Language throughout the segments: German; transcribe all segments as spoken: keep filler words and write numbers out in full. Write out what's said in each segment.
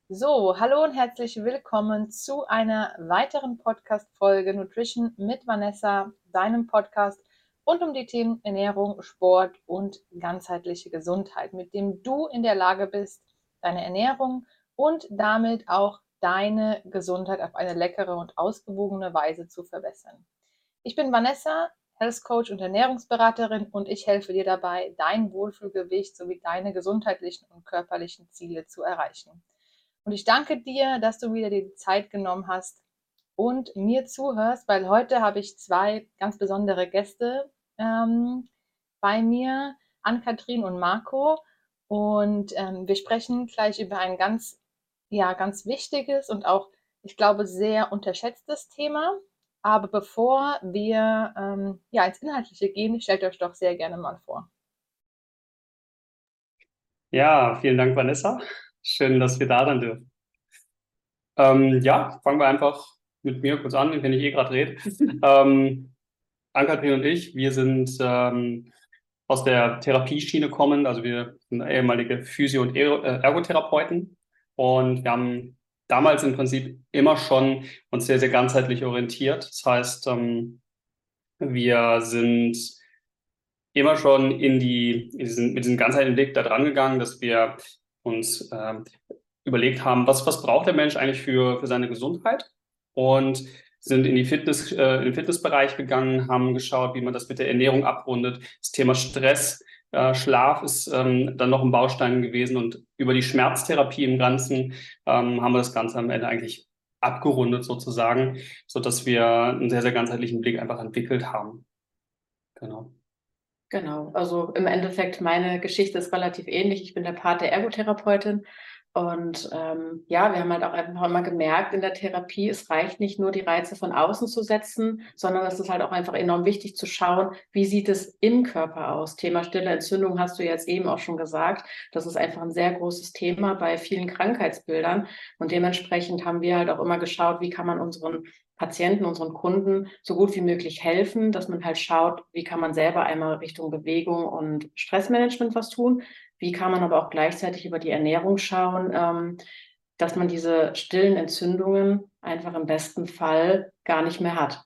So, hallo und herzlich willkommen zu einer weiteren Podcast-Folge Nutrition mit Vanessa, deinem Podcast rund um die Themen Ernährung, Sport und ganzheitliche Gesundheit, mit dem du in der Lage bist, deine Ernährung und damit auch deine Gesundheit auf eine leckere und ausgewogene Weise zu verbessern. Ich bin Vanessa, Health Coach und Ernährungsberaterin und ich helfe dir dabei, dein Wohlfühlgewicht sowie deine gesundheitlichen und körperlichen Ziele zu erreichen. Und ich danke dir, dass du wieder dir die Zeit genommen hast und mir zuhörst, weil heute habe ich zwei ganz besondere Gäste ähm, bei mir, Ann-Kathrin und Marco. Und ähm, wir sprechen gleich über ein ganz, ja, ganz wichtiges und auch, ich glaube, sehr unterschätztes Thema. Aber bevor wir ähm, ja, ins Inhaltliche gehen, stellt euch doch sehr gerne mal vor. Ja, vielen Dank, Vanessa. Schön, dass wir da sein dürfen. Ähm, ja, fangen wir einfach mit mir kurz an, wenn ich eh gerade rede. Ähm, Ann-Kathrin und ich, wir sind ähm, aus der Therapieschiene kommend, also wir sind ehemalige Physio- und Ero- äh, Ergotherapeuten und wir haben damals im Prinzip immer schon uns sehr, sehr ganzheitlich orientiert. Das heißt, ähm, wir sind immer schon in die, in diesen, mit diesem ganzheitlichen Blick da dran gegangen, dass wir uns ähm, überlegt haben, was, was braucht der Mensch eigentlich für, für seine Gesundheit und sind in die Fitness, äh, in den Fitnessbereich gegangen, haben geschaut, wie man das mit der Ernährung abrundet. Das Thema Stress, äh, Schlaf ist ähm, dann noch ein Baustein gewesen und über die Schmerztherapie im Ganzen ähm, haben wir das Ganze am Ende eigentlich abgerundet sozusagen, so dass wir einen sehr, sehr ganzheitlichen Blick einfach entwickelt haben. Genau. Genau, also im Endeffekt, meine Geschichte ist relativ ähnlich. Ich bin der Part der Ergotherapeutin und ähm, ja, wir haben halt auch einfach immer gemerkt in der Therapie, es reicht nicht nur die Reize von außen zu setzen, sondern es ist halt auch einfach enorm wichtig zu schauen, wie sieht es im Körper aus. Thema stille Entzündung hast du jetzt eben auch schon gesagt. Das ist einfach ein sehr großes Thema bei vielen Krankheitsbildern und dementsprechend haben wir halt auch immer geschaut, wie kann man unseren Patienten, unseren Kunden so gut wie möglich helfen, dass man halt schaut, wie kann man selber einmal Richtung Bewegung und Stressmanagement was tun, wie kann man aber auch gleichzeitig über die Ernährung schauen, ähm, dass man diese stillen Entzündungen einfach im besten Fall gar nicht mehr hat.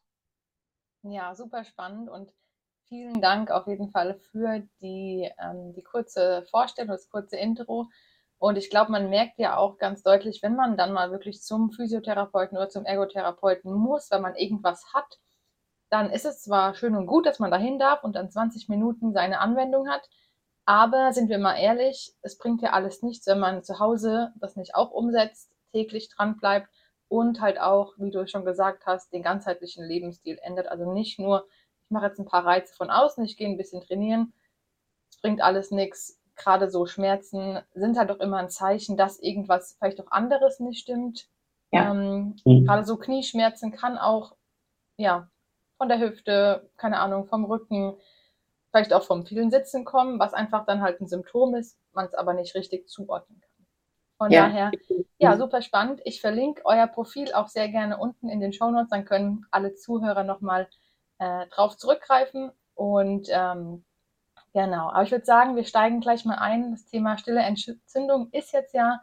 Ja, super spannend und vielen Dank auf jeden Fall für die, ähm, die kurze Vorstellung, das kurze Intro. Und ich glaube, man merkt ja auch ganz deutlich, wenn man dann mal wirklich zum Physiotherapeuten oder zum Ergotherapeuten muss, wenn man irgendwas hat, dann ist es zwar schön und gut, dass man dahin darf und dann zwanzig Minuten seine Anwendung hat, aber sind wir mal ehrlich, es bringt ja alles nichts, wenn man zu Hause das nicht auch umsetzt, täglich dran bleibt und halt auch, wie du schon gesagt hast, den ganzheitlichen Lebensstil ändert. Also nicht nur, ich mache jetzt ein paar Reize von außen, ich gehe ein bisschen trainieren, es bringt alles nichts. Gerade so Schmerzen sind halt doch immer ein Zeichen, dass irgendwas vielleicht auch anderes nicht stimmt. Ja. Ähm, Gerade Mhm. so Knieschmerzen kann auch, ja, von der Hüfte, keine Ahnung, vom Rücken, vielleicht auch vom vielen Sitzen kommen, was einfach dann halt ein Symptom ist, man es aber nicht richtig zuordnen kann. Von Ja. daher, ja, super spannend. Ich verlinke euer Profil auch sehr gerne unten in den Shownotes, dann können alle Zuhörer nochmal äh, drauf zurückgreifen. Und ähm, genau, aber ich würde sagen, wir steigen gleich mal ein. Das Thema stille Entzündung ist jetzt ja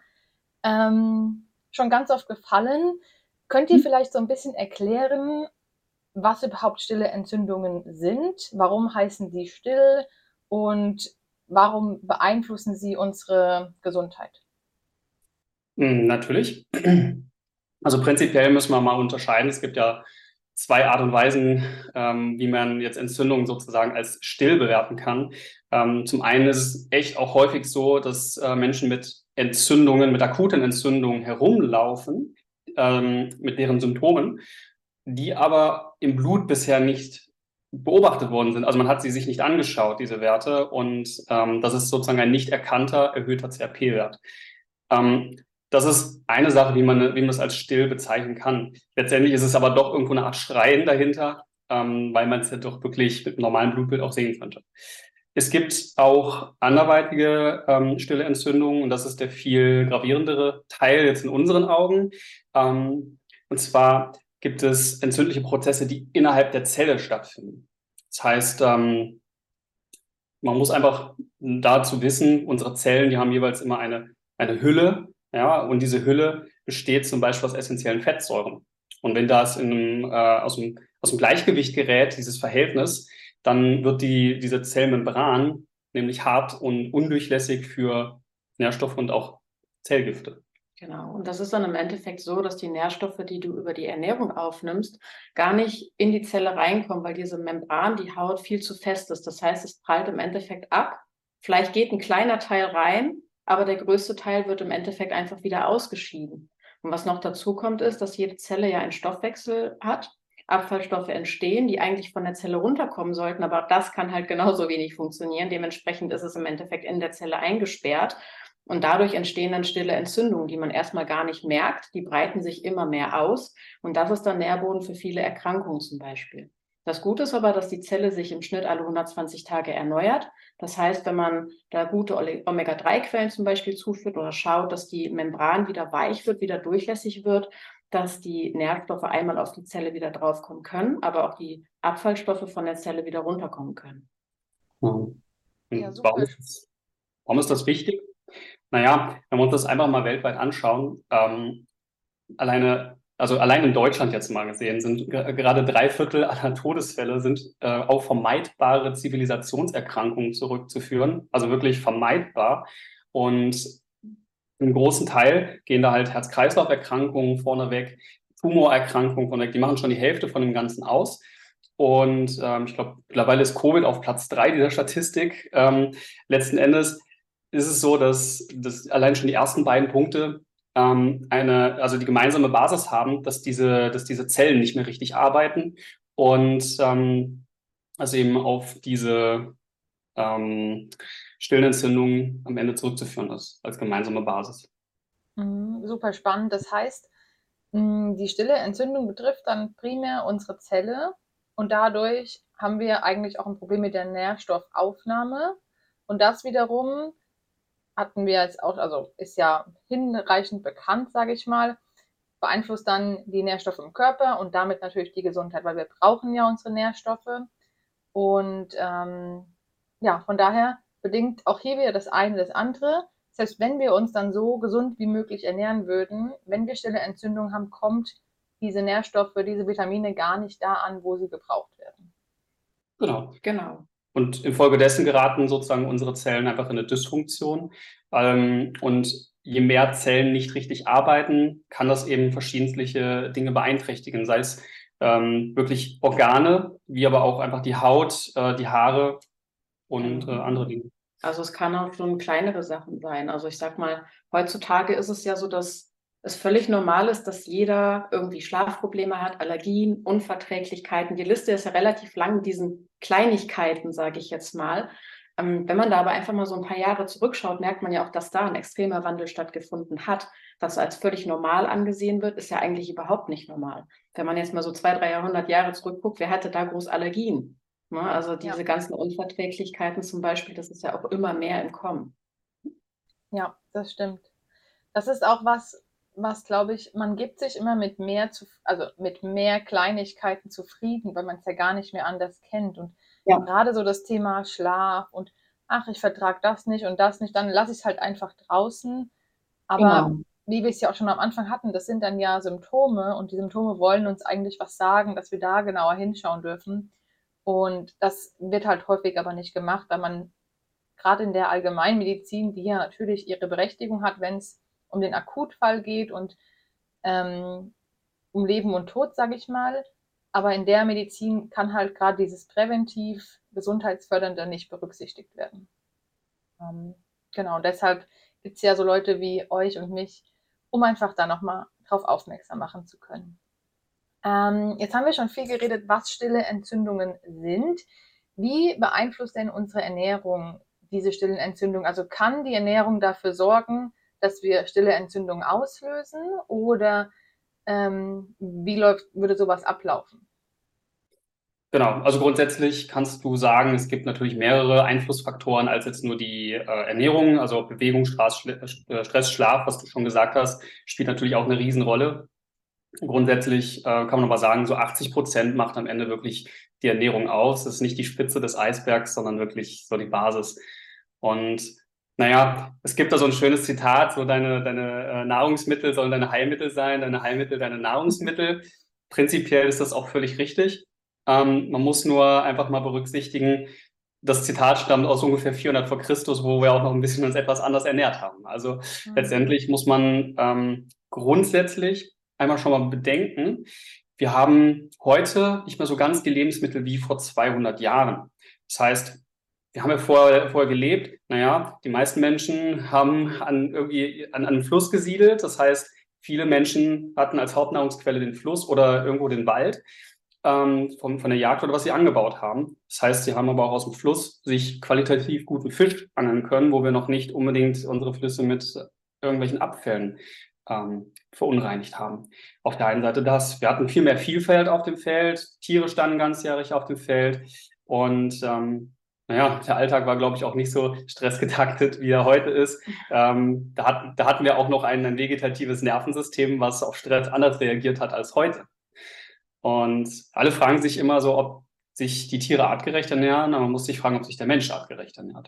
ähm, schon ganz oft gefallen. Könnt ihr vielleicht so ein bisschen erklären, was überhaupt stille Entzündungen sind, warum heißen die still und warum beeinflussen sie unsere Gesundheit? Mm, Natürlich. Also prinzipiell müssen wir mal unterscheiden. Es gibt ja zwei Art und Weisen, ähm, wie man jetzt Entzündungen sozusagen als still bewerten kann. Ähm, zum einen ist es echt auch häufig so, dass äh, Menschen mit Entzündungen, mit akuten Entzündungen herumlaufen, ähm, mit deren Symptomen, die aber im Blut bisher nicht beobachtet worden sind. Also man hat sie sich nicht angeschaut, diese Werte, und ähm, das ist sozusagen ein nicht erkannter erhöhter C R P-Wert. Ähm, Das ist eine Sache, wie man, wie man es als still bezeichnen kann. Letztendlich ist es aber doch irgendwo eine Art Schreien dahinter, ähm, weil man es ja doch wirklich mit einem normalen Blutbild auch sehen könnte. Es gibt auch anderweitige ähm, stille Entzündungen und das ist der viel gravierendere Teil jetzt in unseren Augen. Ähm, und zwar gibt es entzündliche Prozesse, die innerhalb der Zelle stattfinden. Das heißt, ähm, man muss einfach dazu wissen, unsere Zellen, die haben jeweils immer eine, eine Hülle, Ja, und diese Hülle besteht zum Beispiel aus essentiellen Fettsäuren. Und wenn das in einem, äh, aus, dem, aus dem Gleichgewicht gerät, dieses Verhältnis, dann wird die, diese Zellmembran nämlich hart und undurchlässig für Nährstoffe und auch Zellgifte. Genau. Und das ist dann im Endeffekt so, dass die Nährstoffe, die du über die Ernährung aufnimmst, gar nicht in die Zelle reinkommen, weil diese Membran, die Haut, viel zu fest ist. Das heißt, es prallt im Endeffekt ab. Vielleicht geht ein kleiner Teil rein, aber der größte Teil wird im Endeffekt einfach wieder ausgeschieden. Und was noch dazu kommt, ist, dass jede Zelle ja einen Stoffwechsel hat. Abfallstoffe entstehen, die eigentlich von der Zelle runterkommen sollten, aber auch das kann halt genauso wenig funktionieren. Dementsprechend ist es im Endeffekt in der Zelle eingesperrt. Und dadurch entstehen dann stille Entzündungen, die man erstmal gar nicht merkt. Die breiten sich immer mehr aus. Und das ist dann Nährboden für viele Erkrankungen zum Beispiel. Das Gute ist aber, dass die Zelle sich im Schnitt alle hundertzwanzig Tage erneuert. Das heißt, wenn man da gute Omega drei Quellen zum Beispiel zuführt oder schaut, dass die Membran wieder weich wird, wieder durchlässig wird, dass die Nährstoffe einmal auf die Zelle wieder draufkommen können, aber auch die Abfallstoffe von der Zelle wieder runterkommen können. Mhm. Ja, Warum super. ist, warum ist das wichtig? Naja, wenn wir uns das einfach mal weltweit anschauen, ähm, alleine, also allein in Deutschland jetzt mal gesehen, sind ge- gerade drei Viertel aller Todesfälle sind äh, auf vermeidbare Zivilisationserkrankungen zurückzuführen, also wirklich vermeidbar. Und im großen Teil gehen da halt Herz-Kreislauf-Erkrankungen vorneweg, Tumorerkrankungen vorneweg, die machen schon die Hälfte von dem Ganzen aus. Und ähm, ich glaube, mittlerweile ist Covid auf Platz drei dieser Statistik. Ähm, letzten Endes ist es so, dass, dass allein schon die ersten beiden Punkte ähm, eine, also die gemeinsame Basis haben, dass diese, dass diese Zellen nicht mehr richtig arbeiten und ähm, also eben auf diese ähm, stillen Entzündungen am Ende zurückzuführen ist, als gemeinsame Basis. Mhm, super spannend. Das heißt, mh, die stille Entzündung betrifft dann primär unsere Zelle und dadurch haben wir eigentlich auch ein Problem mit der Nährstoffaufnahme. Und das wiederum hatten wir jetzt auch, also ist ja hinreichend bekannt, sage ich mal, beeinflusst dann die Nährstoffe im Körper und damit natürlich die Gesundheit, weil wir brauchen ja unsere Nährstoffe. Und ähm, ja, von daher bedingt auch hier wieder das eine das andere. Selbst wenn wir uns dann so gesund wie möglich ernähren würden, wenn wir stille Entzündung haben, kommt diese Nährstoffe, diese Vitamine gar nicht da an, wo sie gebraucht werden. Genau. Genau. Und infolgedessen geraten sozusagen unsere Zellen einfach in eine Dysfunktion. Ähm, und je mehr Zellen nicht richtig arbeiten, kann das eben verschiedentliche Dinge beeinträchtigen, sei es ähm, wirklich Organe, wie aber auch einfach die Haut, äh, die Haare und äh, Genau. andere Dinge. Also es kann auch schon kleinere Sachen sein. Also ich sag mal, heutzutage ist es ja so, dass es völlig normal ist, dass jeder irgendwie Schlafprobleme hat, Allergien, Unverträglichkeiten. Die Liste ist ja relativ lang mit diesen Kleinigkeiten, sage ich jetzt mal. Ähm, wenn man da aber einfach mal so ein paar Jahre zurückschaut, merkt man ja auch, dass da ein extremer Wandel stattgefunden hat. Was als völlig normal angesehen wird, ist ja eigentlich überhaupt nicht normal. Wenn man jetzt mal so zwei, drei Jahrhundert Jahre zurückguckt, wer hatte da groß Allergien? Ne? Also diese Ja. ganzen Unverträglichkeiten zum Beispiel, das ist ja auch immer mehr im Kommen. Ja, das stimmt. Das ist auch was, was glaube ich, man gibt sich immer mit mehr zu, also mit mehr Kleinigkeiten zufrieden, weil man es ja gar nicht mehr anders kennt. Und Ja. gerade so das Thema Schlaf und ach, ich vertrage das nicht und das nicht, dann lasse ich es halt einfach draußen. Aber Genau. wie wir es ja auch schon am Anfang hatten, das sind dann ja Symptome und die Symptome wollen uns eigentlich was sagen, dass wir da genauer hinschauen dürfen. Und das wird halt häufig aber nicht gemacht, weil man gerade in der Allgemeinmedizin, die ja natürlich ihre Berechtigung hat, wenn es um den Akutfall geht und ähm, um Leben und Tod, sage ich mal. Aber in der Medizin kann halt gerade dieses präventiv gesundheitsfördernde nicht berücksichtigt werden. Ähm, genau, und deshalb gibt es ja so Leute wie euch und mich, um einfach da nochmal drauf aufmerksam machen zu können. Ähm, jetzt haben wir schon viel geredet, was stille Entzündungen sind. Wie beeinflusst denn unsere Ernährung diese stillen Entzündungen? Also kann die Ernährung dafür sorgen, dass wir stille Entzündungen auslösen oder ähm, wie läuft, würde sowas ablaufen? Genau, also grundsätzlich kannst du sagen, es gibt natürlich mehrere Einflussfaktoren als jetzt nur die äh, Ernährung, also Bewegung, Stress, Stress, Schlaf, was du schon gesagt hast, spielt natürlich auch eine Riesenrolle. Grundsätzlich äh, kann man aber sagen, so achtzig Prozent macht am Ende wirklich die Ernährung aus. Das ist nicht die Spitze des Eisbergs, sondern wirklich so die Basis. Und Naja, es gibt da so ein schönes Zitat, so deine, deine äh, Nahrungsmittel sollen deine Heilmittel sein, deine Heilmittel deine Nahrungsmittel. Prinzipiell ist das auch völlig richtig. Ähm, man muss nur einfach mal berücksichtigen, das Zitat stammt aus ungefähr vierhundert vor Christus, wo wir auch noch ein bisschen uns etwas anders ernährt haben. Also Mhm. letztendlich muss man ähm, grundsätzlich einmal schon mal bedenken, wir haben heute nicht mehr so ganz die Lebensmittel wie vor zweihundert Jahren. Das heißt, wir haben ja vorher, vorher gelebt, naja, die meisten Menschen haben an, irgendwie an, an einem Fluss gesiedelt. Das heißt, viele Menschen hatten als Hauptnahrungsquelle den Fluss oder irgendwo den Wald ähm, von, von der Jagd oder was sie angebaut haben. Das heißt, sie haben aber auch aus dem Fluss sich qualitativ guten Fisch angeln können, wo wir noch nicht unbedingt unsere Flüsse mit irgendwelchen Abfällen ähm, verunreinigt haben. Auf der einen Seite das. Wir hatten viel mehr Vielfalt auf dem Feld, Tiere standen ganzjährig auf dem Feld und ähm, naja, der Alltag war, glaube ich, auch nicht so stressgetaktet, wie er heute ist. Ähm, da, hat, da hatten wir auch noch ein, ein vegetatives Nervensystem, was auf Stress anders reagiert hat als heute. Und alle fragen sich immer so, ob sich die Tiere artgerecht ernähren, aber man muss sich fragen, ob sich der Mensch artgerecht ernährt.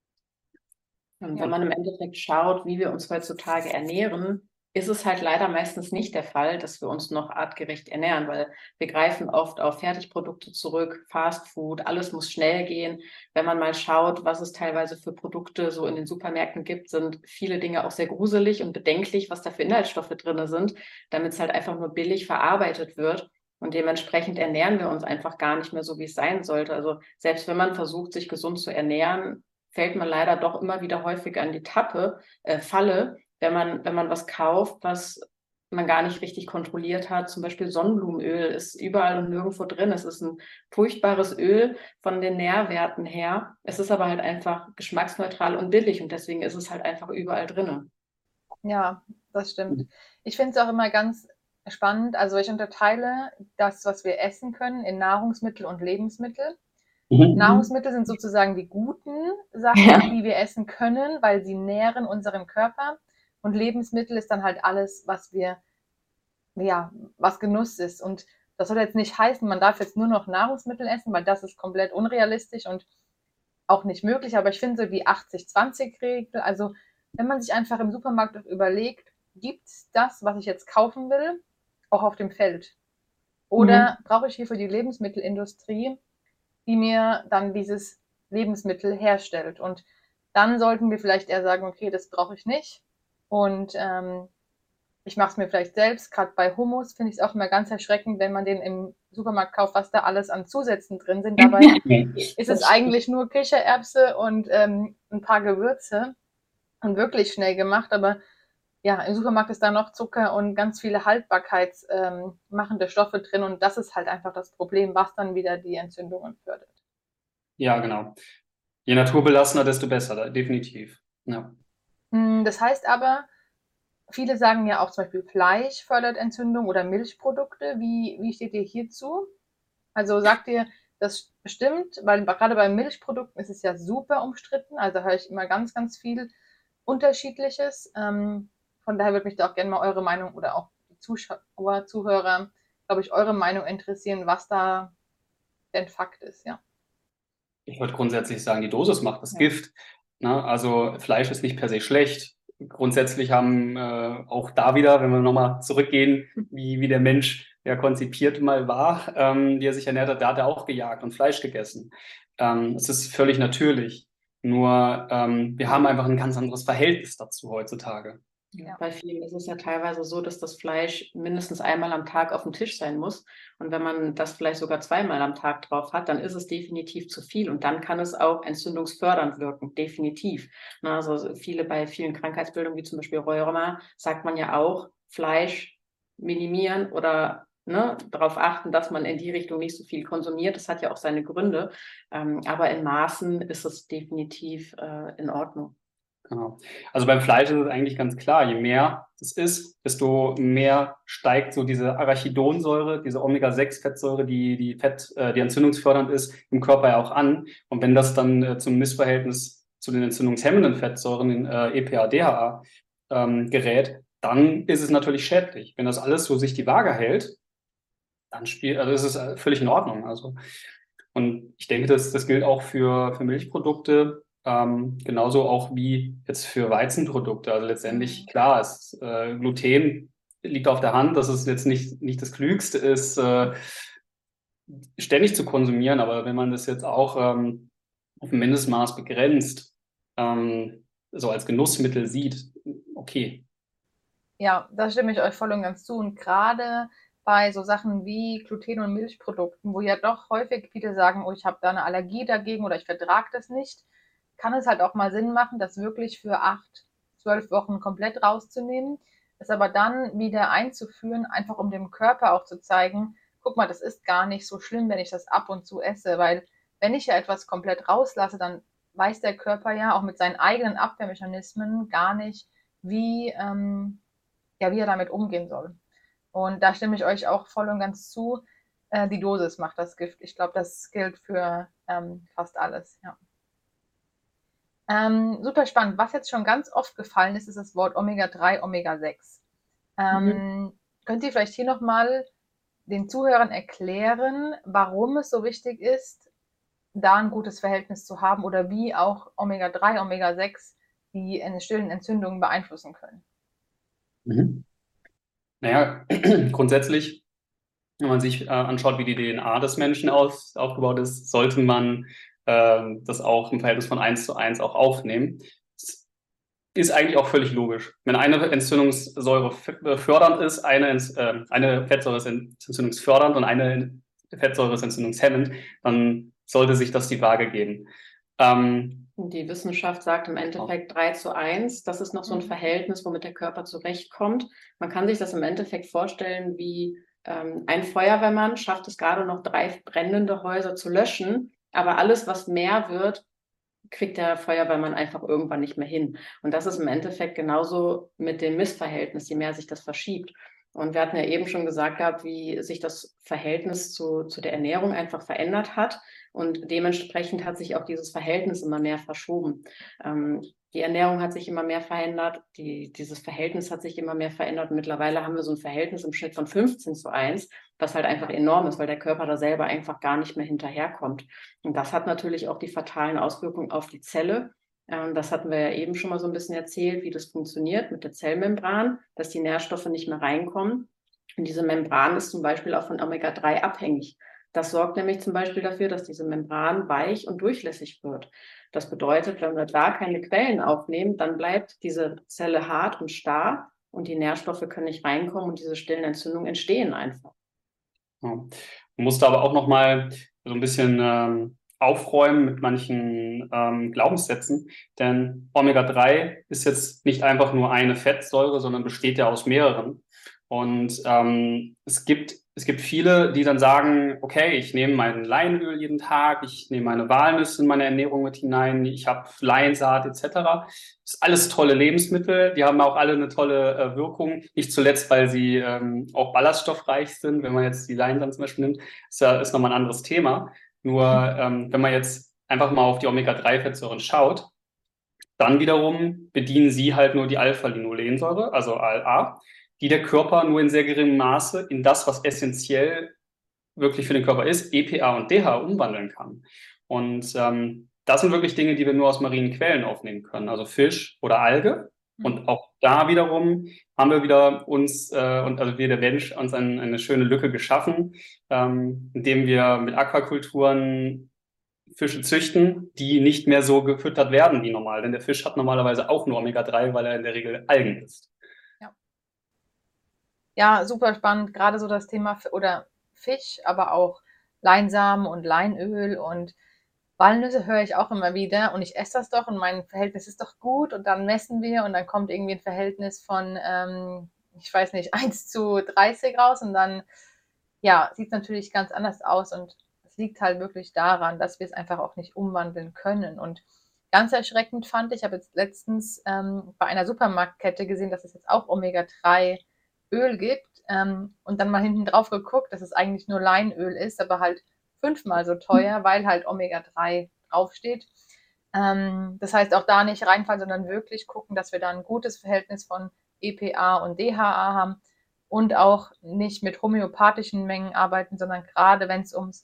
Und Ja. wenn man im Endeffekt schaut, wie wir uns heutzutage ernähren, ist es halt leider meistens nicht der Fall, dass wir uns noch artgerecht ernähren, weil wir greifen oft auf Fertigprodukte zurück, Fast Food, alles muss schnell gehen. Wenn man mal schaut, was es teilweise für Produkte so in den Supermärkten gibt, sind viele Dinge auch sehr gruselig und bedenklich, was da für Inhaltsstoffe drin sind, damit es halt einfach nur billig verarbeitet wird. Und dementsprechend ernähren wir uns einfach gar nicht mehr so, wie es sein sollte. Also selbst wenn man versucht, sich gesund zu ernähren, fällt man leider doch immer wieder häufig an die Tappe, äh, Falle, wenn man, wenn man was kauft, was man gar nicht richtig kontrolliert hat. Zum Beispiel Sonnenblumenöl ist überall und nirgendwo drin. Es ist ein furchtbares Öl von den Nährwerten her. Es ist aber halt einfach geschmacksneutral und billig und deswegen ist es halt einfach überall drin. Ja, das stimmt. Ich finde es auch immer ganz spannend. Also ich unterteile das, was wir essen können, in Nahrungsmittel und Lebensmittel. Mhm. Nahrungsmittel sind sozusagen die guten Sachen, Ja. die wir essen können, weil sie nähren unseren Körper. Und Lebensmittel ist dann halt alles, was wir, ja, was Genuss ist. Und das soll jetzt nicht heißen, man darf jetzt nur noch Nahrungsmittel essen, weil das ist komplett unrealistisch und auch nicht möglich. Aber ich finde so die achtzig zwanzig Regel, also wenn man sich einfach im Supermarkt überlegt, gibt es das, was ich jetzt kaufen will, auch auf dem Feld? Oder Mhm. brauche ich hier für die Lebensmittelindustrie, die mir dann dieses Lebensmittel herstellt? Und dann sollten wir vielleicht eher sagen, okay, das brauche ich nicht. Und ähm, ich mache es mir vielleicht selbst. Gerade bei Hummus finde ich es auch immer ganz erschreckend, wenn man den im Supermarkt kauft, was da alles an Zusätzen drin sind. Dabei ist es Das stimmt. eigentlich nur Kichererbse und ähm, ein paar Gewürze und wirklich schnell gemacht. Aber ja, im Supermarkt ist da noch Zucker und ganz viele haltbarkeitsmachende ähm, Stoffe drin. Und das ist halt einfach das Problem, was dann wieder die Entzündungen fördert. Ja, genau. Je naturbelassener, desto besser, definitiv. Ja. Das heißt aber, viele sagen ja auch zum Beispiel Fleisch fördert Entzündung oder Milchprodukte. Wie, wie steht ihr hierzu? Also sagt ihr, das stimmt, weil gerade bei Milchprodukten ist es ja super umstritten. Also höre ich immer ganz, ganz viel Unterschiedliches. Ähm, von daher würde mich da auch gerne mal eure Meinung oder auch die Zuschauer, Zuhörer, glaube ich, eure Meinung interessieren, was da denn Fakt ist, ja. Ich würde grundsätzlich sagen, die Dosis macht das Ja. Gift. Ne? Also Fleisch ist nicht per se schlecht. Grundsätzlich haben äh, auch da wieder, wenn wir nochmal zurückgehen, wie, wie der Mensch ja konzipiert mal war, ähm, wie er sich ernährt hat, da hat er auch gejagt und Fleisch gegessen. Ähm, es ist völlig natürlich. Nur ähm, wir haben einfach ein ganz anderes Verhältnis dazu heutzutage. Ja, bei vielen ist es ja teilweise so, dass das Fleisch mindestens einmal am Tag auf dem Tisch sein muss. Und wenn man das vielleicht sogar zweimal am Tag drauf hat, dann ist es definitiv zu viel. Und dann kann es auch entzündungsfördernd wirken, definitiv. Na, also viele bei vielen Krankheitsbildungen, wie zum Beispiel Rheuma, sagt man ja auch, Fleisch minimieren oder ne, darauf achten, dass man in die Richtung nicht so viel konsumiert. Das hat ja auch seine Gründe. Ähm, aber in Maßen ist es definitiv äh, in Ordnung. Genau. Also beim Fleisch ist es eigentlich ganz klar, je mehr es ist, desto mehr steigt so diese Arachidonsäure, diese Omega sechs Fettsäure, die, die Fett, äh, die entzündungsfördernd ist, im Körper ja auch an. Und wenn das dann äh, zum Missverhältnis zu den entzündungshemmenden Fettsäuren, den äh, E P A, D H A, ähm, gerät, dann ist es natürlich schädlich. Wenn das alles so sich die Waage hält, dann spielt, also ist es äh, völlig in Ordnung. Also, und ich denke, das, das gilt auch für, für Milchprodukte. Ähm, genauso auch wie jetzt für Weizenprodukte. Also letztendlich, Mhm. klar, es, äh, Gluten liegt auf der Hand, dass es jetzt nicht, nicht das Klügste ist, äh, ständig zu konsumieren, aber wenn man das jetzt auch ähm, auf ein Mindestmaß begrenzt, ähm, so als Genussmittel sieht, okay. Ja, da stimme ich euch voll und ganz zu. Und gerade bei so Sachen wie Gluten- und Milchprodukten, wo ja doch häufig viele sagen, oh, ich habe da eine Allergie dagegen oder ich vertrage das nicht, kann es halt auch mal Sinn machen, das wirklich für acht, zwölf Wochen komplett rauszunehmen, es aber dann wieder einzuführen, einfach um dem Körper auch zu zeigen, guck mal, das ist gar nicht so schlimm, wenn ich das ab und zu esse, weil wenn ich ja etwas komplett rauslasse, dann weiß der Körper ja auch mit seinen eigenen Abwehrmechanismen gar nicht, wie, ähm, ja, wie er damit umgehen soll. Und da stimme ich euch auch voll und ganz zu. Äh, die Dosis macht das Gift. Ich glaube, das gilt für ähm, fast alles. Ja. Ähm, super spannend. Was jetzt schon ganz oft gefallen ist, ist das Wort Omega drei, Omega sechs. Mhm. Ähm, könnt ihr vielleicht hier nochmal den Zuhörern erklären, warum es so wichtig ist, da ein gutes Verhältnis zu haben oder wie auch Omega drei, Omega sechs die stillen Entzündungen beeinflussen können? Mhm. Naja, grundsätzlich, wenn man sich äh, anschaut, wie die D N A des Menschen aus, aufgebaut ist, sollte man ähm, das auch im Verhältnis von eins zu eins auch aufnehmen. Das ist eigentlich auch völlig logisch. Wenn eine Entzündungssäure f- äh, fördernd ist, eine, Ents- äh, eine Fettsäure ist entzündungsfördernd und eine Fettsäure ist entzündungshemmend, dann sollte sich das die Waage geben. Ähm, Die Wissenschaft sagt im Endeffekt drei zu eins. Das ist noch so ein Mhm. Verhältnis, womit der Körper zurechtkommt. Man kann sich das im Endeffekt vorstellen, wie ähm, ein Feuerwehrmann schafft es gerade noch, drei brennende Häuser zu löschen. Aber alles, was mehr wird, kriegt der Feuerwehrmann einfach irgendwann nicht mehr hin. Und das ist im Endeffekt genauso mit dem Missverhältnis, je mehr sich das verschiebt. Und wir hatten ja eben schon gesagt gehabt, wie sich das Verhältnis zu, zu der Ernährung einfach verändert hat. Und dementsprechend hat sich auch dieses Verhältnis immer mehr verschoben. Ähm, die Ernährung hat sich immer mehr verändert, die, dieses Verhältnis hat sich immer mehr verändert. Und mittlerweile haben wir so ein Verhältnis im Schnitt von fünfzehn zu eins, was halt einfach enorm ist, weil der Körper da selber einfach gar nicht mehr hinterherkommt. Und das hat natürlich auch die fatalen Auswirkungen auf die Zelle. Ähm, das hatten wir ja eben schon mal so ein bisschen erzählt, wie das funktioniert mit der Zellmembran, dass die Nährstoffe nicht mehr reinkommen. Und diese Membran ist zum Beispiel auch von Omega drei abhängig. Das sorgt nämlich zum Beispiel dafür, dass diese Membran weich und durchlässig wird. Das bedeutet, wenn wir da keine Quellen aufnehmen, dann bleibt diese Zelle hart und starr und die Nährstoffe können nicht reinkommen und diese stillen Entzündungen entstehen einfach. ja. Man musste aber auch noch mal so ein bisschen ähm, aufräumen mit manchen ähm, Glaubenssätzen, denn Omega drei ist jetzt nicht einfach nur eine Fettsäure, sondern besteht ja aus mehreren. Und ähm, es gibt, es gibt viele, die dann sagen, okay, ich nehme mein Leinöl jeden Tag, ich nehme meine Walnüsse in meine Ernährung mit hinein, ich habe Leinsaat et cetera. Das ist alles tolle Lebensmittel, die haben auch alle eine tolle äh, Wirkung, nicht zuletzt, weil sie ähm, auch ballaststoffreich sind. Wenn man jetzt die Leinsaat zum Beispiel nimmt, ist ja ist nochmal ein anderes Thema. Nur ähm, wenn man jetzt einfach mal auf die Omega drei Fettsäuren schaut, dann wiederum bedienen sie halt nur die Alpha-Linolensäure, also A L A, die der Körper nur in sehr geringem Maße in das, was essentiell wirklich für den Körper ist, E P A und D H A umwandeln kann. Und ähm, das sind wirklich Dinge, die wir nur aus marinen Quellen aufnehmen können, also Fisch oder Alge. Und Mhm. auch da wiederum haben wir wieder uns, äh, und also wir, der Mensch, uns ein, eine schöne Lücke geschaffen, ähm, indem wir mit Aquakulturen Fische züchten, die nicht mehr so gefüttert werden wie normal. Denn der Fisch hat normalerweise auch nur Omega drei, weil er in der Regel Algen isst. Ja. Ja, super spannend. Gerade so das Thema F oder Fisch, aber auch Leinsamen und Leinöl und Walnüsse höre ich auch immer wieder und ich esse das doch und mein Verhältnis ist doch gut und dann messen wir und dann kommt irgendwie ein Verhältnis von, ähm, ich weiß nicht, eins zu dreißig raus und dann, ja, sieht es natürlich ganz anders aus und es liegt halt wirklich daran, dass wir es einfach auch nicht umwandeln können. Und ganz erschreckend fand ich, ich habe jetzt letztens ähm, bei einer Supermarktkette gesehen, dass es jetzt auch Omega drei Öl gibt ähm, und dann mal hinten drauf geguckt, dass es eigentlich nur Leinöl ist, aber halt fünfmal so teuer, weil halt Omega drei draufsteht. Ähm, das heißt, auch da nicht reinfallen, sondern wirklich gucken, dass wir da ein gutes Verhältnis von E P A und D H A haben und auch nicht mit homöopathischen Mengen arbeiten, sondern gerade wenn es ums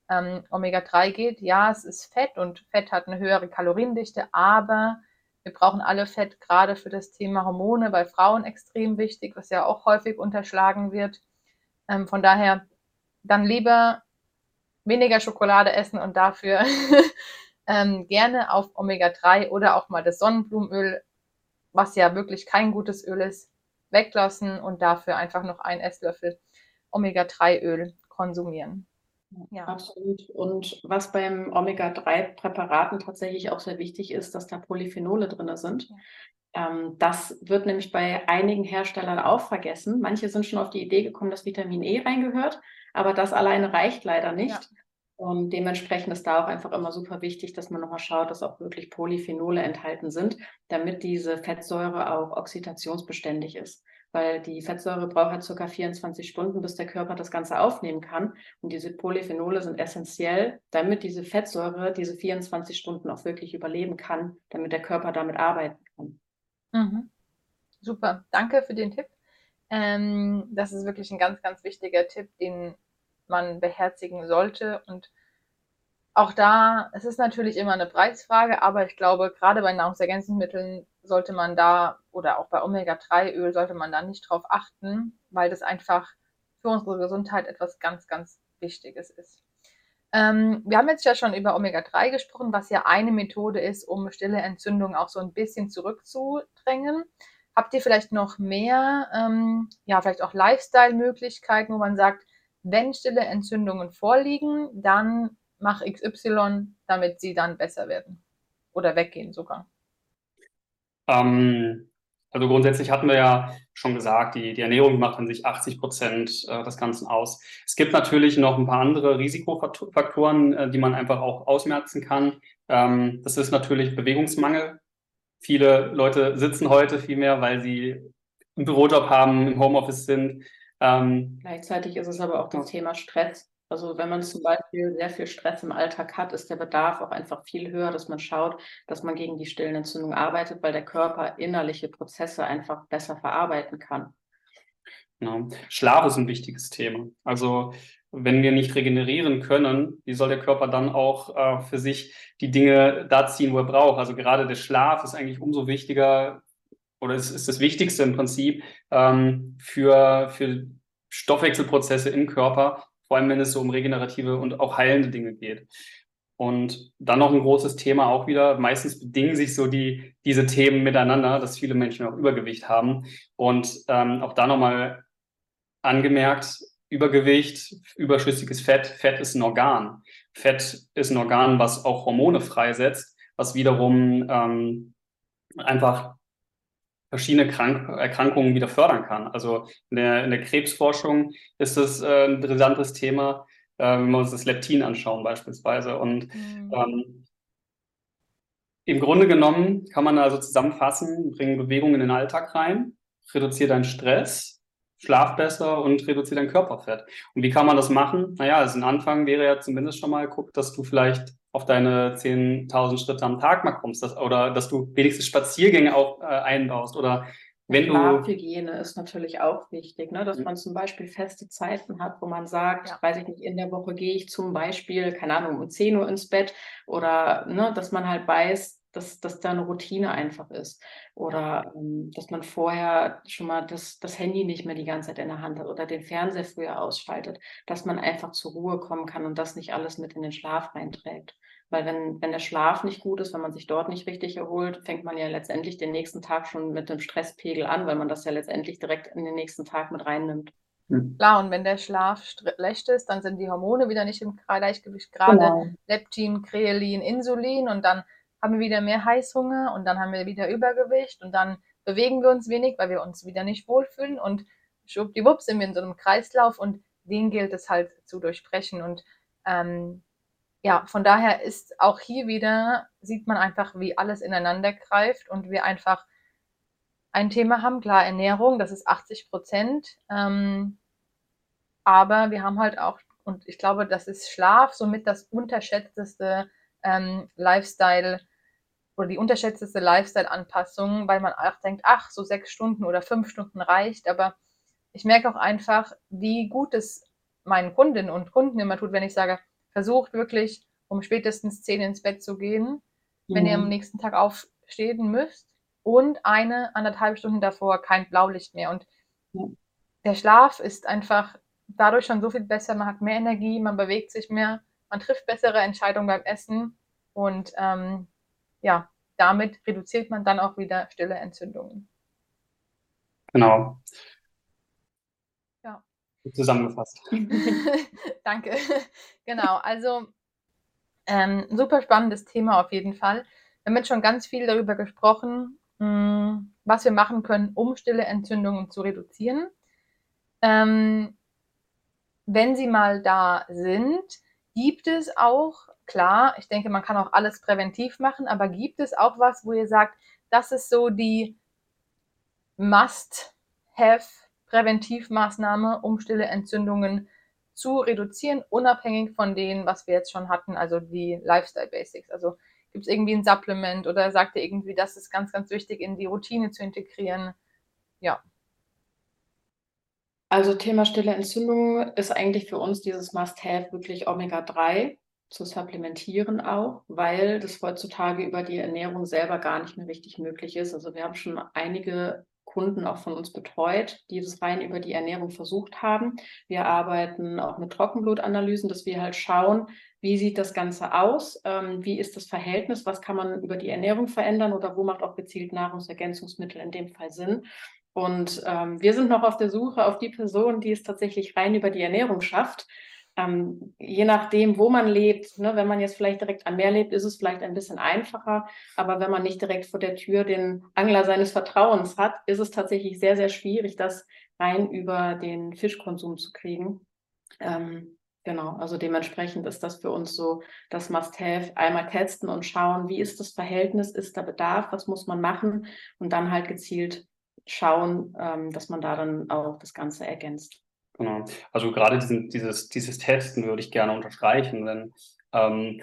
ähm, Omega drei geht. Ja, es ist Fett und Fett hat eine höhere Kaloriendichte, aber wir brauchen alle Fett, gerade für das Thema Hormone, bei Frauen extrem wichtig, was ja auch häufig unterschlagen wird. Ähm, von daher dann lieber weniger Schokolade essen und dafür ähm, gerne auf Omega drei oder auch mal das Sonnenblumenöl, was ja wirklich kein gutes Öl ist, weglassen und dafür einfach noch einen Esslöffel Omega drei Öl konsumieren. Ja, absolut. Und was beim Omega drei Präparaten tatsächlich auch sehr wichtig ist, dass da Polyphenole drin sind. Ja. Ähm, das wird nämlich bei einigen Herstellern auch vergessen. Manche sind schon auf die Idee gekommen, dass Vitamin E reingehört, aber das alleine reicht leider nicht. Ja. Und dementsprechend ist da auch einfach immer super wichtig, dass man nochmal schaut, dass auch wirklich Polyphenole enthalten sind, damit diese Fettsäure auch oxidationsbeständig ist. Weil die Fettsäure braucht halt circa vierundzwanzig Stunden, bis der Körper das Ganze aufnehmen kann. Und diese Polyphenole sind essentiell, damit diese Fettsäure diese vierundzwanzig Stunden auch wirklich überleben kann, damit der Körper damit arbeiten kann. Mhm. Super, danke für den Tipp. Ähm, das ist wirklich ein ganz, ganz wichtiger Tipp, den man beherzigen sollte. Und auch da, es ist natürlich immer eine Preisfrage, aber ich glaube, gerade bei Nahrungsergänzungsmitteln sollte man da oder auch bei Omega drei Öl sollte man da nicht drauf achten, weil das einfach für unsere Gesundheit etwas ganz, ganz Wichtiges ist. Ähm, wir haben jetzt ja schon über Omega drei gesprochen, was ja eine Methode ist, um stille Entzündungen auch so ein bisschen zurückzudrängen. Habt ihr vielleicht noch mehr, ähm, ja, vielleicht auch Lifestyle-Möglichkeiten, wo man sagt, wenn stille Entzündungen vorliegen, dann mach X Y, damit sie dann besser werden oder weggehen sogar? Ähm, also grundsätzlich hatten wir ja schon gesagt, die, die Ernährung macht an sich achtzig Prozent äh, des Ganzen aus. Es gibt natürlich noch ein paar andere Risikofaktoren, äh, die man einfach auch ausmerzen kann. Ähm, das ist natürlich Bewegungsmangel. Viele Leute sitzen heute viel mehr, weil sie einen Bürojob haben, im Homeoffice sind. Ähm, Gleichzeitig ist es aber auch das Thema Stress. Also wenn man zum Beispiel sehr viel Stress im Alltag hat, ist der Bedarf auch einfach viel höher, dass man schaut, dass man gegen die stillen Entzündungen arbeitet, weil der Körper innerliche Prozesse einfach besser verarbeiten kann. Genau. Schlaf ist ein wichtiges Thema. Also wenn wir nicht regenerieren können, wie soll der Körper dann auch äh, für sich die Dinge da ziehen, wo er braucht? Also gerade der Schlaf ist eigentlich umso wichtiger oder es ist das Wichtigste im Prinzip ähm, für, für Stoffwechselprozesse im Körper, vor allem wenn es so um regenerative und auch heilende Dinge geht. Und dann noch ein großes Thema auch wieder. Meistens bedingen sich so die, diese Themen miteinander, dass viele Menschen auch Übergewicht haben. Und ähm, auch da nochmal angemerkt, Übergewicht, überschüssiges Fett. Fett ist ein Organ. Fett ist ein Organ, was auch Hormone freisetzt, was wiederum ähm, einfach verschiedene Krank Erkrankungen wieder fördern kann. Also in der, in der Krebsforschung ist es äh, ein brisantes Thema, äh, wenn wir uns das Leptin anschauen beispielsweise. Und Mhm. ähm, im Grunde genommen kann man also zusammenfassen, bring Bewegung in den Alltag rein, reduziere deinen Stress, schlaf besser und reduziere dein Körperfett. Und wie kann man das machen? Naja, also ein Anfang wäre ja zumindest schon mal, guck, dass du vielleicht auf deine zehntausend Schritte am Tag mal kommst, dass, oder dass du wenigstens Spaziergänge auch äh, einbaust oder wenn du... Schlafhygiene ist natürlich auch wichtig, ne? Dass man zum Beispiel feste Zeiten hat, wo man sagt, Ja. weiß ich nicht, in der Woche gehe ich zum Beispiel, keine Ahnung, um zehn Uhr ins Bett oder ne, dass man halt weiß, dass, dass da eine Routine einfach ist. Oder ähm, dass man vorher schon mal das, das Handy nicht mehr die ganze Zeit in der Hand hat oder den Fernseher früher ausschaltet, dass man einfach zur Ruhe kommen kann und das nicht alles mit in den Schlaf reinträgt. Weil wenn, wenn der Schlaf nicht gut ist, wenn man sich dort nicht richtig erholt, fängt man ja letztendlich den nächsten Tag schon mit dem Stresspegel an, weil man das ja letztendlich direkt in den nächsten Tag mit reinnimmt. Klar, und wenn der Schlaf schlecht ist, dann sind die Hormone wieder nicht im Gleichgewicht, gerade Genau. Leptin, Kreatin, Insulin und dann haben wir wieder mehr Heißhunger und dann haben wir wieder Übergewicht und dann bewegen wir uns wenig, weil wir uns wieder nicht wohlfühlen und schwuppdiwupp sind wir in so einem Kreislauf und den gilt es halt zu durchbrechen und ähm, ja, von daher ist auch hier wieder, sieht man einfach, wie alles ineinander greift und wir einfach ein Thema haben, klar, Ernährung, das ist achtzig Prozent, ähm, aber wir haben halt auch, und ich glaube, das ist Schlaf somit das unterschätzteste ähm, Lifestyle oder die unterschätzteste Lifestyle-Anpassung, weil man auch denkt, ach, so sechs Stunden oder fünf Stunden reicht, aber ich merke auch einfach, wie gut es meinen Kundinnen und Kunden immer tut, wenn ich sage, versucht wirklich um spätestens zehn ins Bett zu gehen, wenn ihr am Mhm. nächsten Tag aufstehen müsst und eine, anderthalb Stunden davor kein Blaulicht mehr. Und Ja. der Schlaf ist einfach dadurch schon so viel besser, man hat mehr Energie, man bewegt sich mehr, man trifft bessere Entscheidungen beim Essen und ähm, ja, damit reduziert man dann auch wieder stille Entzündungen. Genau, Ja. gut zusammengefasst. Danke. Genau, also ähm, super spannendes Thema auf jeden Fall. Wir haben jetzt schon ganz viel darüber gesprochen, mh, was wir machen können, um stille Entzündungen zu reduzieren. Ähm, wenn sie mal da sind, gibt es auch, klar, ich denke, man kann auch alles präventiv machen, aber gibt es auch was, wo ihr sagt, das ist so die Must-Have-Präventivmaßnahme, um stille Entzündungen zu reduzieren, unabhängig von denen, was wir jetzt schon hatten, also die Lifestyle Basics. Also gibt es irgendwie ein Supplement oder sagt ihr irgendwie, das ist ganz, ganz wichtig in die Routine zu integrieren? Ja. Also Thema stille Entzündung ist eigentlich für uns dieses Must-Have wirklich Omega drei zu supplementieren auch, weil das heutzutage über die Ernährung selber gar nicht mehr richtig möglich ist. Also wir haben schon einige Kunden auch von uns betreut, die das rein über die Ernährung versucht haben. Wir arbeiten auch mit Trockenblutanalysen, dass wir halt schauen, wie sieht das Ganze aus, ähm, wie ist das Verhältnis, was kann man über die Ernährung verändern oder wo macht auch gezielt Nahrungsergänzungsmittel in dem Fall Sinn. Und ähm, wir sind noch auf der Suche auf die Person, die es tatsächlich rein über die Ernährung schafft. Ähm, je nachdem, wo man lebt, ne, wenn man jetzt vielleicht direkt am Meer lebt, ist es vielleicht ein bisschen einfacher. Aber wenn man nicht direkt vor der Tür den Angler seines Vertrauens hat, ist es tatsächlich sehr, sehr schwierig, das rein über den Fischkonsum zu kriegen. Ähm, genau, also dementsprechend ist das für uns so das Must-Have. Einmal testen und schauen, wie ist das Verhältnis, ist da Bedarf, was muss man machen und dann halt gezielt schauen, ähm, dass man da dann auch das Ganze ergänzt. Genau. Also gerade diesen, dieses, dieses Testen würde ich gerne unterstreichen, denn ähm,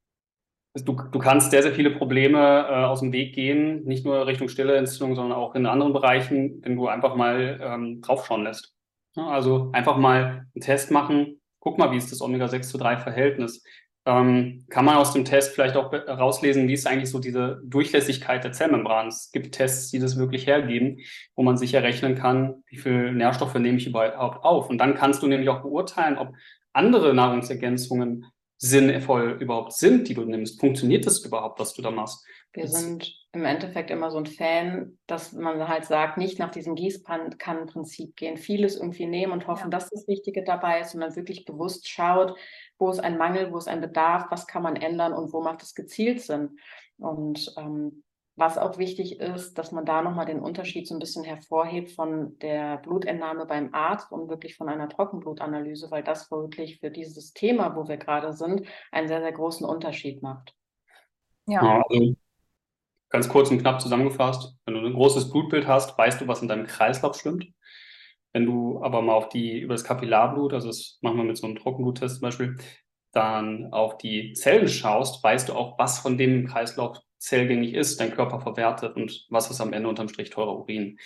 du, du kannst sehr, sehr viele Probleme äh, aus dem Weg gehen, nicht nur Richtung stille Entzündung, sondern auch in anderen Bereichen, wenn du einfach mal ähm, draufschauen lässt. Ja, also einfach mal einen Test machen, guck mal, wie ist das Omega sechs zu drei Verhältnis. Ähm, kann man aus dem Test vielleicht auch be- rauslesen, wie ist eigentlich so diese Durchlässigkeit der Zellmembran? Es gibt Tests, die das wirklich hergeben, wo man sich errechnen kann, wie viel Nährstoffe nehme ich überhaupt auf. Und dann kannst du nämlich auch beurteilen, ob andere Nahrungsergänzungen sinnvoll überhaupt sind, die du nimmst. Funktioniert das überhaupt, was du da machst? Wir Jetzt, sind im Endeffekt immer so ein Fan, dass man halt sagt, nicht nach diesem Gießkannenprinzip gehen, vieles irgendwie nehmen und hoffen, Ja. dass das Richtige dabei ist, sondern wirklich bewusst schaut, wo ist ein Mangel, wo ist ein Bedarf, was kann man ändern und wo macht es gezielt Sinn. Und ähm, was auch wichtig ist, dass man da nochmal den Unterschied so ein bisschen hervorhebt von der Blutentnahme beim Arzt und wirklich von einer Trockenblutanalyse, weil das wirklich für dieses Thema, wo wir gerade sind, einen sehr, sehr großen Unterschied macht. Ja. ja, also ganz kurz und knapp zusammengefasst, wenn du ein großes Blutbild hast, weißt du, was in deinem Kreislauf stimmt. Wenn du aber mal auf die, über das Kapillarblut, also das machen wir mit so einem Trockenbluttest zum Beispiel, dann auf die Zellen schaust, weißt du auch, was von dem im Kreislauf zellgängig ist, dein Körper verwertet und was ist am Ende unterm Strich teurer Urin.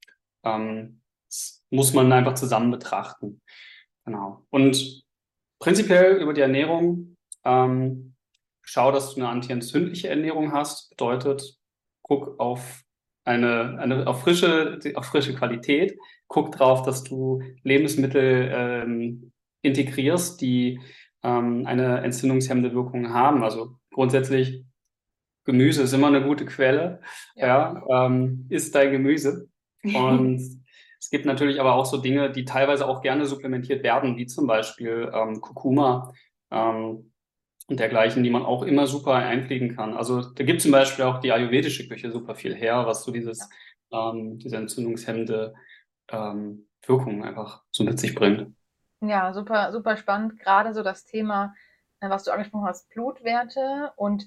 Ähm, das muss man einfach zusammen betrachten. Genau. Und prinzipiell über die Ernährung, ähm, schau, dass du eine antientzündliche Ernährung hast. Bedeutet, guck auf eine, eine auf frische, auf frische Qualität. Guck drauf, dass du Lebensmittel ähm, integrierst, die ähm, eine entzündungshemmende Wirkung haben. Also grundsätzlich Gemüse ist immer eine gute Quelle. Ja. Ja, ähm, isst dein Gemüse. Und es gibt natürlich aber auch so Dinge, die teilweise auch gerne supplementiert werden, wie zum Beispiel ähm, Kurkuma ähm, und dergleichen, die man auch immer super einpflegen kann. Also da gibt zum Beispiel auch die ayurvedische Küche super viel her, was so dieses, ähm, diese entzündungshemmende ähm, Wirkung einfach so mit sich bringt. Ja, super, super spannend. Gerade so das Thema, äh, was du angesprochen hast, Blutwerte und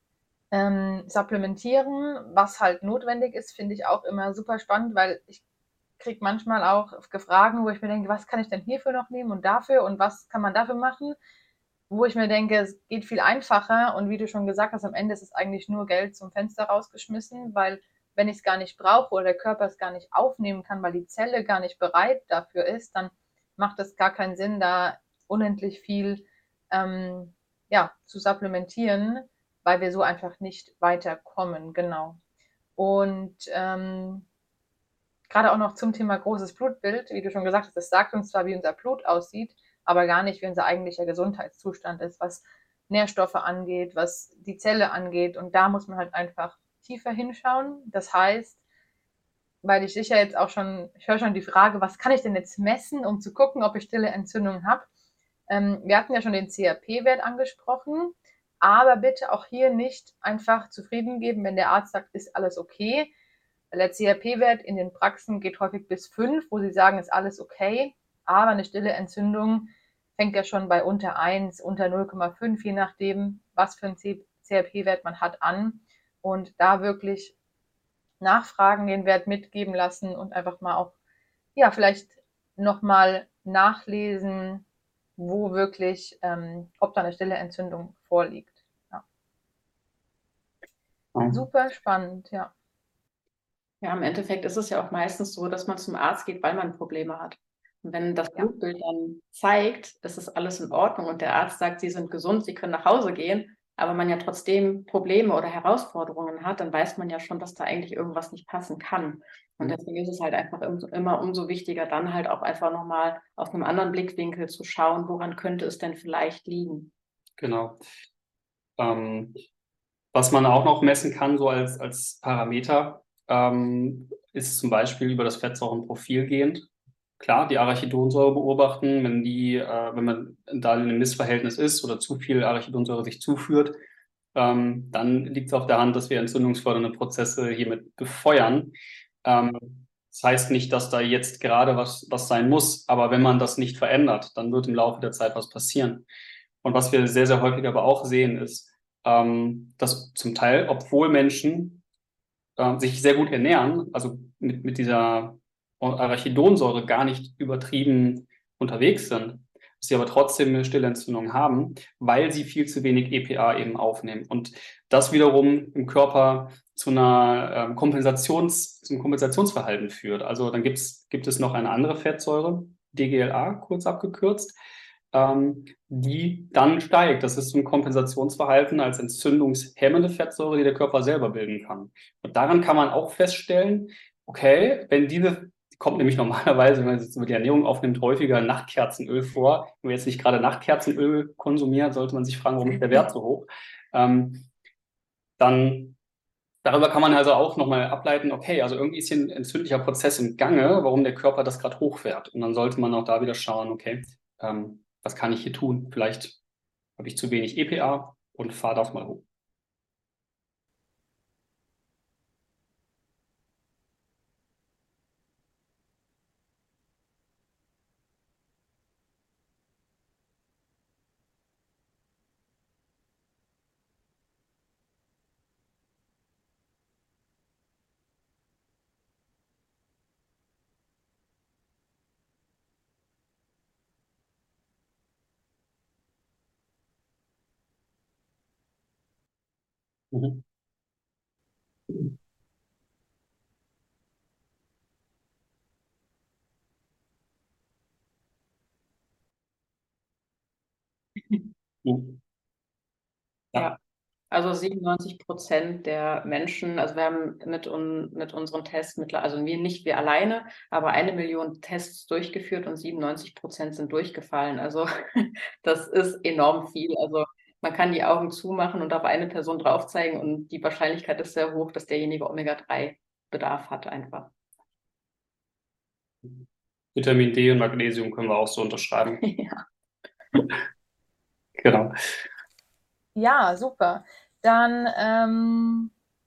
ähm, Supplementieren, was halt notwendig ist, finde ich auch immer super spannend, weil ich kriege manchmal auch Fragen, wo ich mir denke, was kann ich denn hierfür noch nehmen und dafür und was kann man dafür machen? Wo ich mir denke, es geht viel einfacher und wie du schon gesagt hast, am Ende ist es eigentlich nur Geld zum Fenster rausgeschmissen, weil wenn ich es gar nicht brauche oder der Körper es gar nicht aufnehmen kann, weil die Zelle gar nicht bereit dafür ist, dann macht es gar keinen Sinn, da unendlich viel ähm, ja, zu supplementieren, weil wir so einfach nicht weiterkommen. Genau. Und ähm, gerade auch noch zum Thema großes Blutbild, wie du schon gesagt hast, das sagt uns zwar, wie unser Blut aussieht, aber gar nicht, wie unser eigentlicher Gesundheitszustand ist, was Nährstoffe angeht, was die Zelle angeht. Und da muss man halt einfach tiefer hinschauen. Das heißt, weil ich sicher jetzt auch schon, ich höre schon die Frage, was kann ich denn jetzt messen, um zu gucken, ob ich stille Entzündungen habe. Ähm, wir hatten ja schon den C R P-Wert angesprochen, aber bitte auch hier nicht einfach zufrieden geben, wenn der Arzt sagt, ist alles okay. Der C R P-Wert in den Praxen geht häufig bis fünf, wo sie sagen, ist alles okay, aber eine stille Entzündung fängt ja schon bei unter eins, unter null Komma fünf, je nachdem, was für einen C R P-Wert man hat, an. Und da wirklich nachfragen, den Wert mitgeben lassen und einfach mal auch, ja, vielleicht nochmal nachlesen, wo wirklich, ähm, ob da eine stille Entzündung vorliegt. Ja. Ja. Super spannend, ja. Ja, im Endeffekt ist es ja auch meistens so, dass man zum Arzt geht, weil man Probleme hat. Und wenn das Ja. Blutbild dann zeigt, es ist alles in Ordnung und der Arzt sagt, Sie sind gesund, Sie können nach Hause gehen, aber man ja trotzdem Probleme oder Herausforderungen hat, dann weiß man ja schon, dass da eigentlich irgendwas nicht passen kann. Und Mhm. deswegen ist es halt einfach immer umso wichtiger, dann halt auch einfach nochmal aus einem anderen Blickwinkel zu schauen, woran könnte es denn vielleicht liegen. Genau. Ähm, was man auch noch messen kann, so als, als Parameter, ähm, ist zum Beispiel über das Fettsäurenprofil gehend. Klar, die Arachidonsäure beobachten, wenn die, äh, wenn man da in einem Missverhältnis ist oder zu viel Arachidonsäure sich zuführt, ähm, dann liegt es auf der Hand, dass wir entzündungsfördernde Prozesse hiermit befeuern. Ähm, das heißt nicht, dass da jetzt gerade was, was sein muss, aber wenn man das nicht verändert, dann wird im Laufe der Zeit was passieren. Und was wir sehr, sehr häufig aber auch sehen, ist, ähm, dass zum Teil, obwohl Menschen äh, sich sehr gut ernähren, also mit, mit dieser Arachidonsäure gar nicht übertrieben unterwegs sind, dass sie aber trotzdem eine stille Entzündung haben, weil sie viel zu wenig E P A eben aufnehmen. Und das wiederum im Körper zu einer ähm, Kompensations, zum Kompensationsverhalten führt. Also dann gibt's, gibt es noch eine andere Fettsäure, D G L A, kurz abgekürzt, ähm, die dann steigt. Das ist ein Kompensationsverhalten als entzündungshemmende Fettsäure, die der Körper selber bilden kann. Und daran kann man auch feststellen, okay, wenn diese, kommt nämlich normalerweise, wenn man es jetzt über die Ernährung aufnimmt, häufiger Nachtkerzenöl vor. Wenn man jetzt nicht gerade Nachtkerzenöl konsumiert, sollte man sich fragen, warum ist der Wert so hoch? Ähm, dann darüber kann man also auch nochmal ableiten, okay, also irgendwie ist hier ein entzündlicher Prozess im Gange, warum der Körper das gerade hochfährt. Und dann sollte man auch da wieder schauen, okay, ähm, was kann ich hier tun? Vielleicht habe ich zu wenig E P A und fahre das mal hoch. Mhm. Mhm. Ja. Ja. Also siebenundneunzig Prozent der Menschen, also wir haben mit, un, mit unseren Tests, mit, also wir nicht wir alleine, aber eine Million Tests durchgeführt und siebenundneunzig Prozent sind durchgefallen. Also das ist enorm viel. Also man kann die Augen zumachen und auf eine Person drauf zeigen und die Wahrscheinlichkeit ist sehr hoch, dass derjenige Omega drei Bedarf hat einfach. Vitamin D und Magnesium können wir auch so unterschreiben. Ja. Genau. Ja, super. Dann, ähm,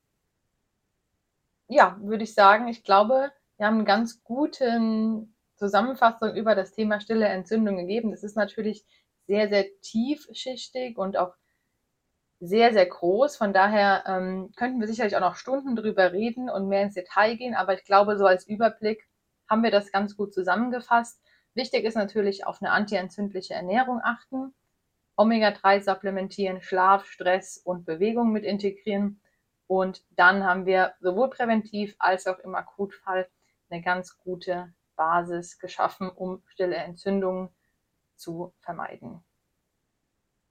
ja, würde ich sagen, ich glaube, wir haben eine ganz gute Zusammenfassung über das Thema stille Entzündung gegeben. Das ist natürlich sehr, sehr tiefschichtig und auch sehr, sehr groß. Von daher ähm, könnten wir sicherlich auch noch Stunden drüber reden und mehr ins Detail gehen. Aber ich glaube, so als Überblick haben wir das ganz gut zusammengefasst. Wichtig ist natürlich auf eine antientzündliche Ernährung achten, Omega drei supplementieren, Schlaf, Stress und Bewegung mit integrieren. Und dann haben wir sowohl präventiv als auch im Akutfall eine ganz gute Basis geschaffen, um stille Entzündungen zu vermeiden.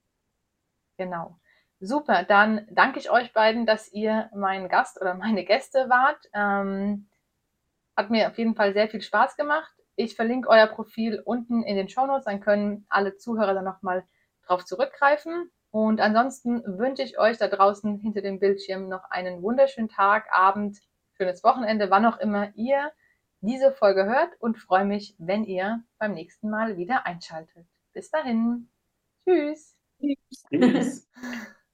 Genau. Super, dann danke ich euch beiden, dass ihr mein Gast oder meine Gäste wart. Ähm, hat mir auf jeden Fall sehr viel Spaß gemacht. Ich verlinke euer Profil unten in den Shownotes, dann können alle Zuhörer dann nochmal drauf zurückgreifen. Und ansonsten wünsche ich euch da draußen hinter dem Bildschirm noch einen wunderschönen Tag, Abend, schönes Wochenende, wann auch immer ihr diese Folge hört und freue mich, wenn ihr beim nächsten Mal wieder einschaltet. Bis dahin. Tschüss. Tschüss.